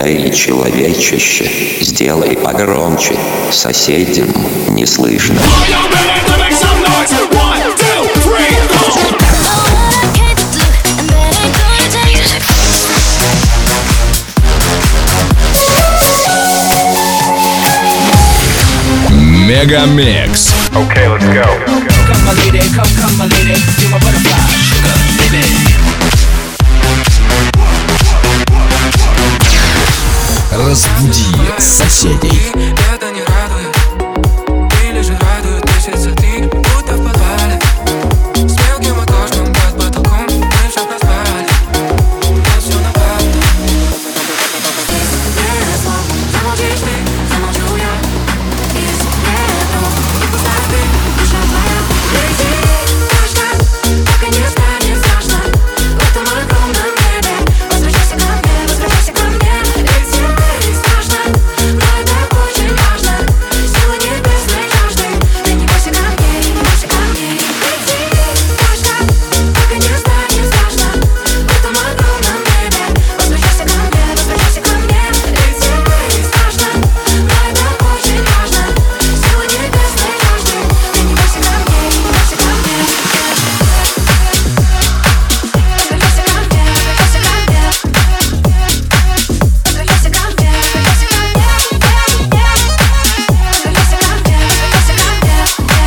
Эй, человечище, сделай погромче, соседям не слышно. Мегамикс. Okay, let's go. Come my lady, come my lady, you're my butterfly, sugar, baby. Разбуди соседей. Это не радует, или же радует месяца ты, будто в подвале. С мелким окошком под потолком, мы все проспали. Но все направду. Если не слов, замолчишь ты, замолчу я. Если нету, и пустоты, душа твоя. Лети, точно, пока не станет страшно. В этом огромном небе. Возвращайся ко мне, возвращайся ко мне. Лети, страшно, но это очень важно. Сила небесной жажды. Ты не бойся ко мне, не бойся ко мне. Лети, точно, пока не станет страшно. В этом огромном небе. Возвращайся ко мне, возвращайся ко мне. Лети, страшно, но это очень важно. Сила небесной жажды. Ты не бойся ко мне, не бойся ко мне. Возвращайся ко мне, возвращайся ко мне. Возвращайся ко мне, возвращайся ко мне. Возвращайся ко мне, возвращайся ко мне.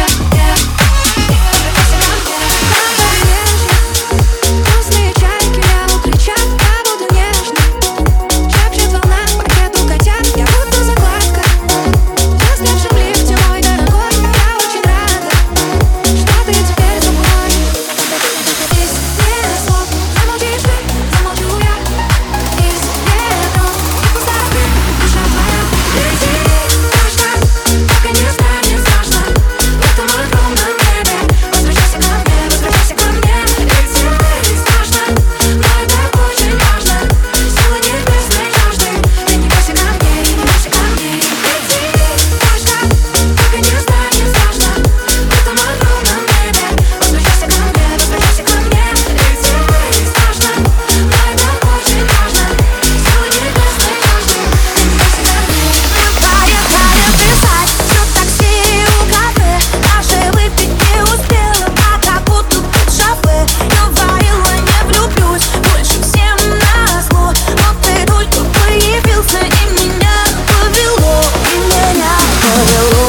Грустные чайки лягут, кричат, я буду нежной. Шепчет волна, пакет укатят, я будто закладка. Застрявший в лифте, мой дорогой, я очень рада, что ты теперь со мной. Если нет слов, замолчишь ты, замолчу я. Если нету, и пустоты, душа твоя. Лети, точно, пока не станет страшно. В этом огромном небе. Возвращайся ко мне, возвращайся ко мне. Лети, страшно, но это очень важно. Сила небесной жажды. Ты не бойся ко мне, не бойся ко мне. Лети, точно, пока не станет страшно. В этом огромном небе. Возвращайся ко мне, возвращайся ко мне. Лети, страшно, но это очень важно. Сила небесной жажды. Ты не бойся ко мне. Поехали писать, все такси у кафе. Даже выпить не успела, а как будто тут шафе. Говорила, не влюблюсь больше всем назло. Но ты только появился, и меня повело. И меня повело.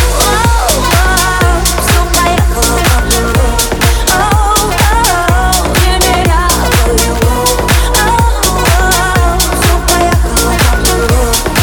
Все поехало по плану. И меня повело. Все поехало по плану.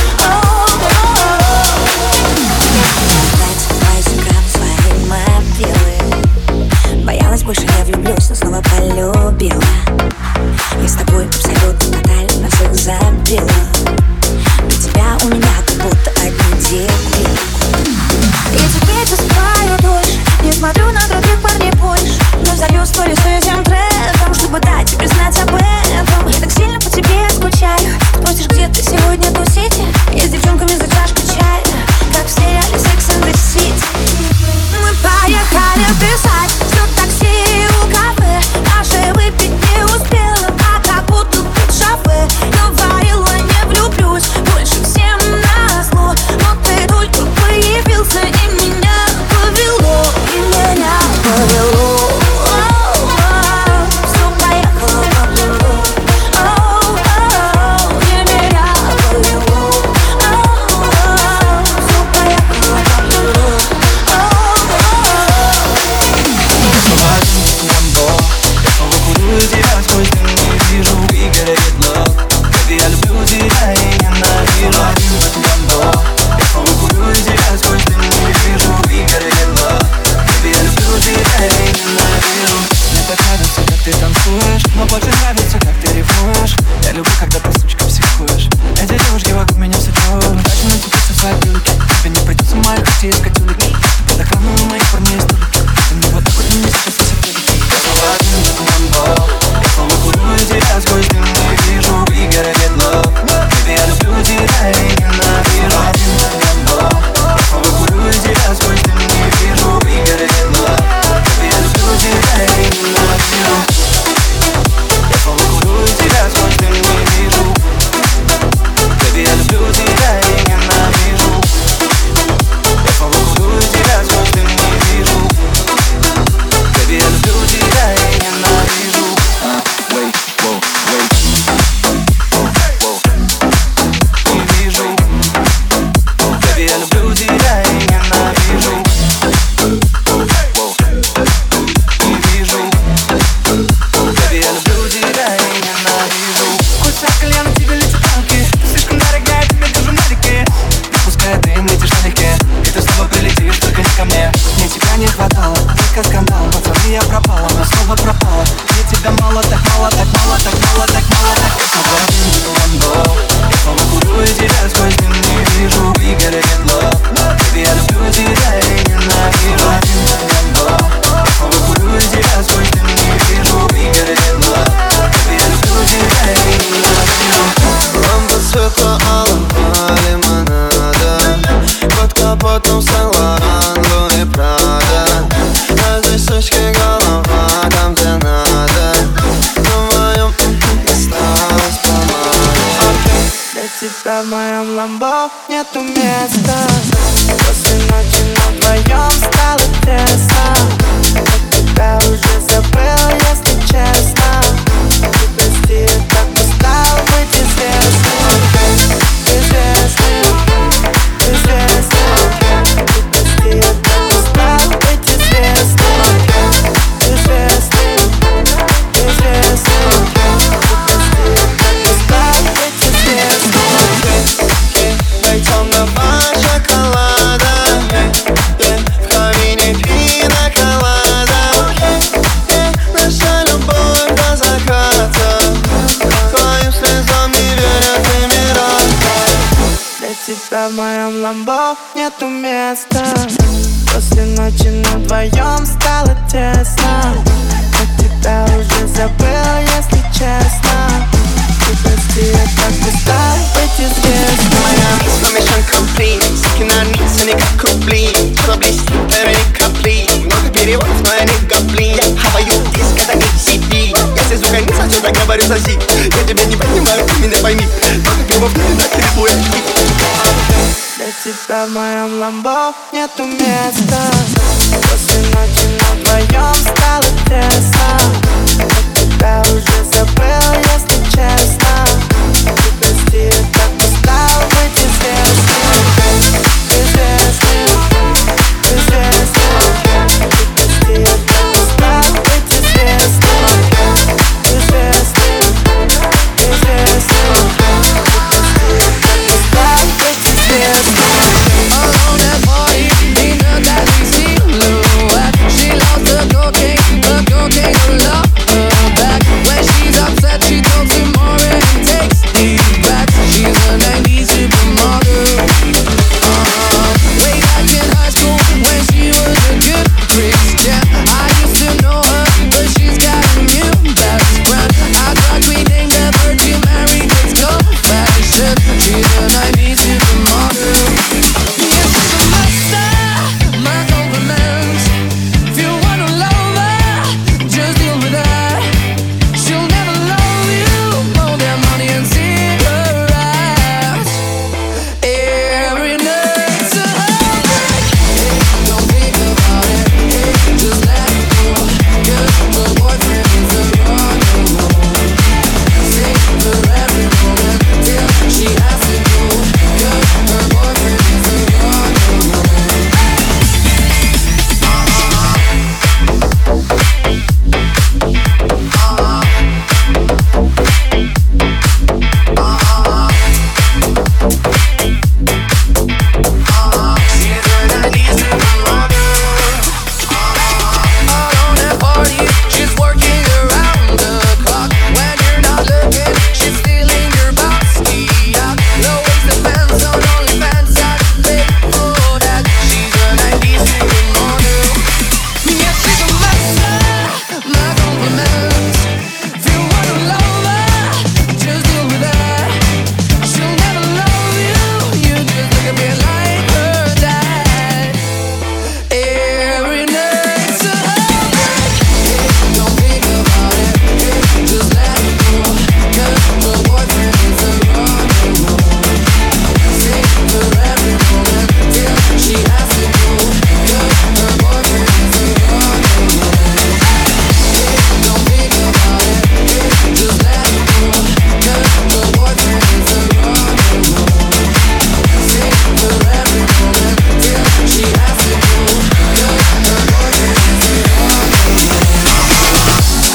Твои экран, свои мобилы. Боялась, больше не влюблюсь, но снова полюбила. Я с тобой абсолютно тотально всех забила. Для тебя у меня как будто одни деньги. Я теперь засыпаю дольше, не смотрю на других парней больше. Но залью сторис этим треком, чтобы дать тебе знать об этом. Я так сильно по тебе скучаю. Просишь, где ты сегодня тусить? Я с девчонками за чашкой чая, как в сериале Sex and the City. Мы поехали писать, все такси у кафе. Даже выпить не успела, а как будто тут шафе. Говорила, не влюблюсь больше всем назло. Но ты только появился, и меня повело. И меня повело. Все поехало по плану. И меня повело. Все поехало по плану. Я снова курю тебя сквозь дым, не вижу, и горит лоб. Baby, я люблю тебя и ненавижу. Я снова курю тебя сквозь дым, не вижу, и горит лоб. Baby, я люблю тебя и ненавижу. Мне так нравится, как ты танцуешь, но больше нравится, как ты ревнуешь. Я люблю, когда ты, сучка, психуешь. Эти девушки вокруг меня все трогают. Дальше нацепиться в свои брюки. Тебе не придется моих костей искать улики. Под охраной у моих парней столики. Ты мне вот так вот мне сейчас все прилики. Я снова один в этом ламбо. Я снова курю тебя сквозь дым, не вижу, и горит лоб. Baby, я тебя в моем ламбо нету места. После ночи нам вдвоем стало тесно. Я тебя уже забыл, если честно. Ты прости, я так устал быть известным. Известным, известным. Ты прости, я так устал быть известным. Известным, известным. Темного шоколада, в камине пина колада, наша любовь до заката. Твоим слезам не верят и мира. Для тебя в моем ламбо нету места. После ночи нам вдвоем стало тесно. Я тебя уже забыл, если честно. Ты прости, я так устал быть известным. Моя мисс, mission complete. Суки на низ, они как рубли. Что-то блестит, это не капли. Много переводов, но я не гопли. Я хаваю диск, это не CD. Если звука не сочет, так говорю соси. Я тебя не понимаю, ты меня пойми. Только пиво в мире, так и рифуешь. Для тебя в моем ламбо нету места. После ночи нам вдвоем стало тесно. Я тебя уже забыл, если честно. Ты прости, я так устал быть известным. Известным, известным. Ты прости, я так устал быть известным. Известным, известным. Ты прости, я так устал быть известным. Alone at party, ain't nothing that we see. She loves the cocaine to love her back. When she's upset, she talks to more and takes deep breaths. She's a 90s supermodel. Way back in high school, when she was a good Christian. I used to know her, but she's got a new best friend. Act like we named her Virgin Mary, it's confession. She's a 90s supermodel. Yeah, she's a master, my compliments. If you wanna love her, just deal with her. She'll never love you more than money and cigarettes. Every night's a heartbreak. Don't think about it, just let it go. 'Cause her boyfriend is a rock and roll. Sing for every moment till she has to go. 'Cause her boyfriend is a rock and roll. She's a 90s supermodel. Alone at party, she's working around the clock. When you're not looking, she's stealing your bossy out. Low waist depends on OnlyFans, I pay for that. She's a 90s supermodel. Yeah, she's a master, my compliments. If you wanna love her, just deal with her. She'll never love you, you just look a bit like her dad. Every night's a heartbreak. Don't think about it, just let it go. 'Cause her boyfriend is a rock and roll. Sing for every moment till she has to go. 'Cause her boyfriend is a rock and roll. Don't think about it, just let it go. 'Cause her boyfriend is a rock and roll. Sing for every moment till she has to go. 'Cause her boyfriend is a rock and roll.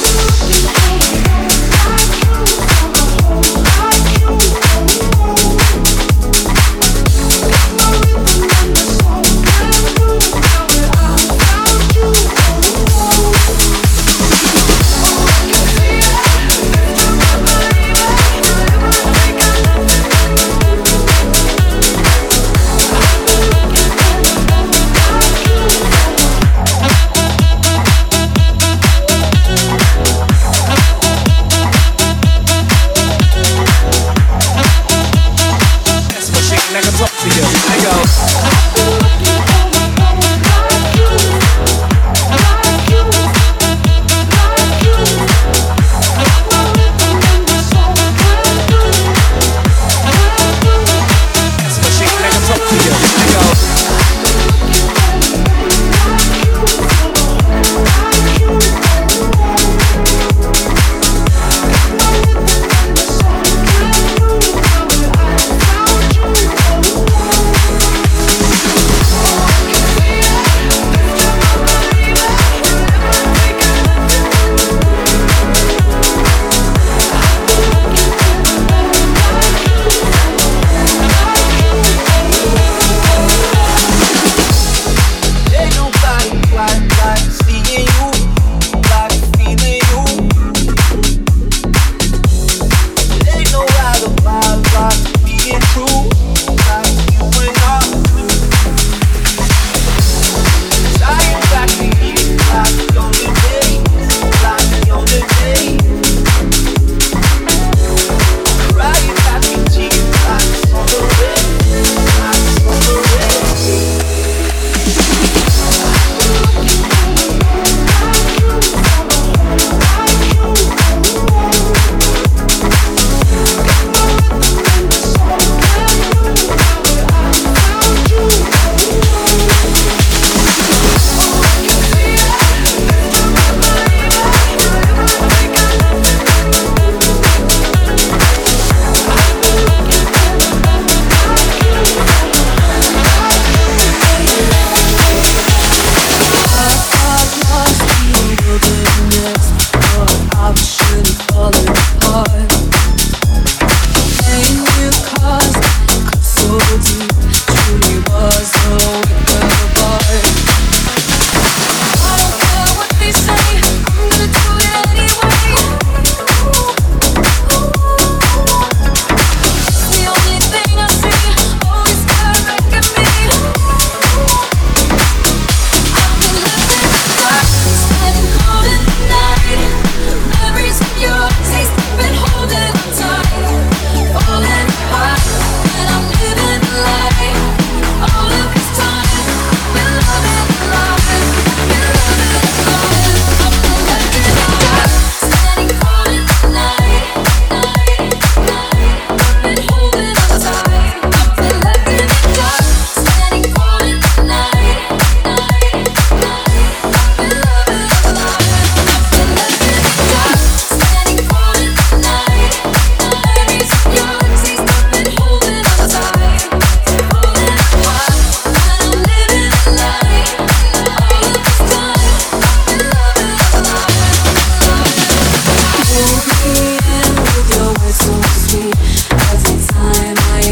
That's my shit, and I can talk to you. I go.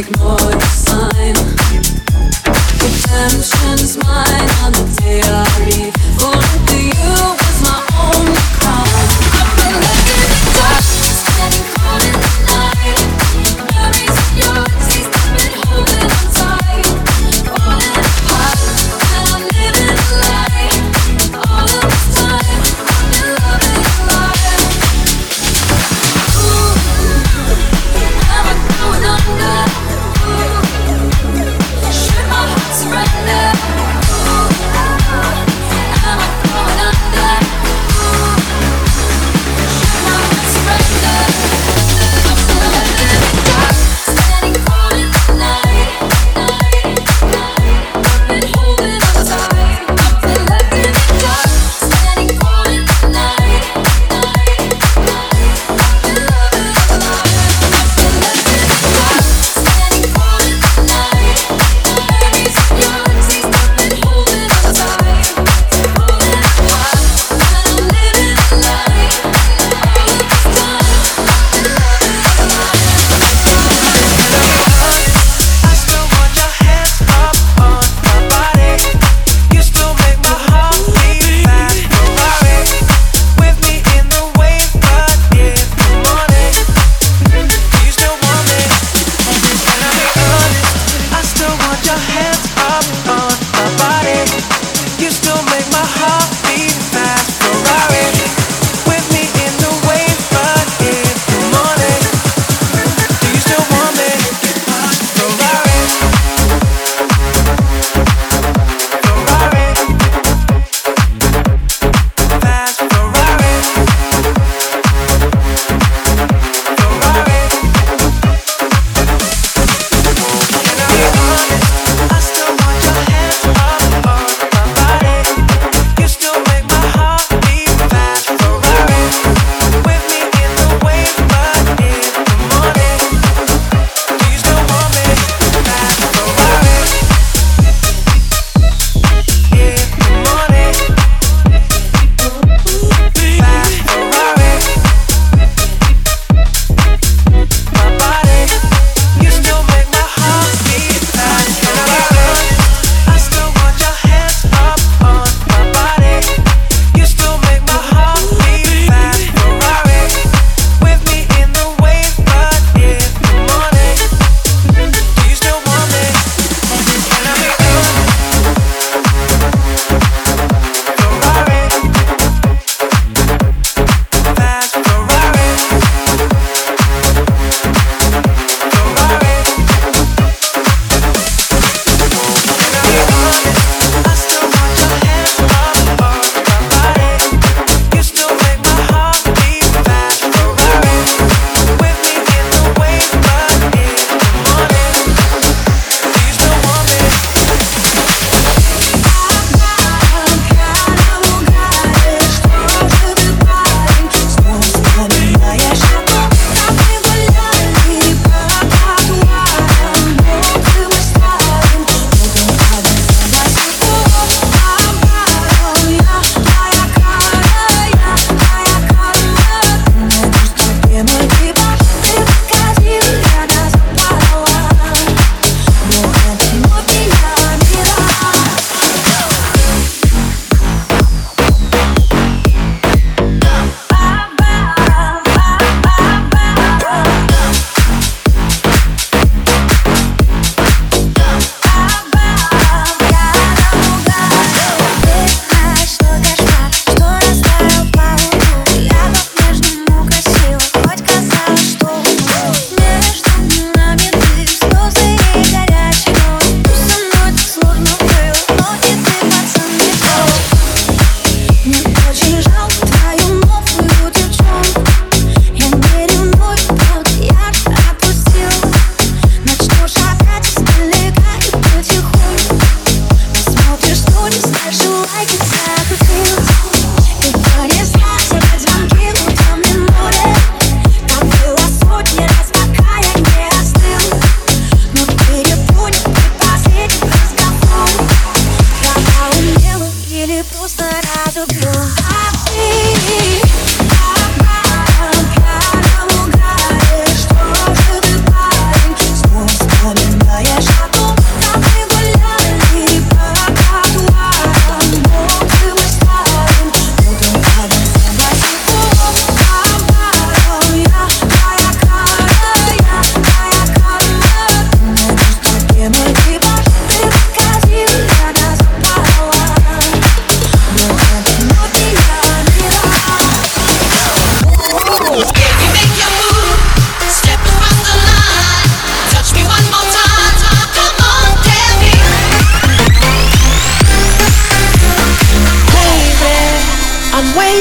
Going under.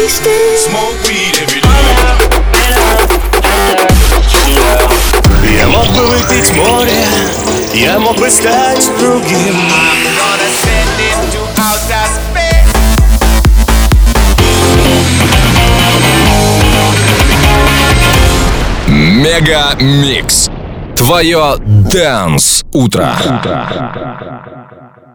wasted. Smoke weed every day. Я мог бы выпить море, я мог бы стать другим. I'm gonna send it to outer space. Мега Микс. Твое Dance утро.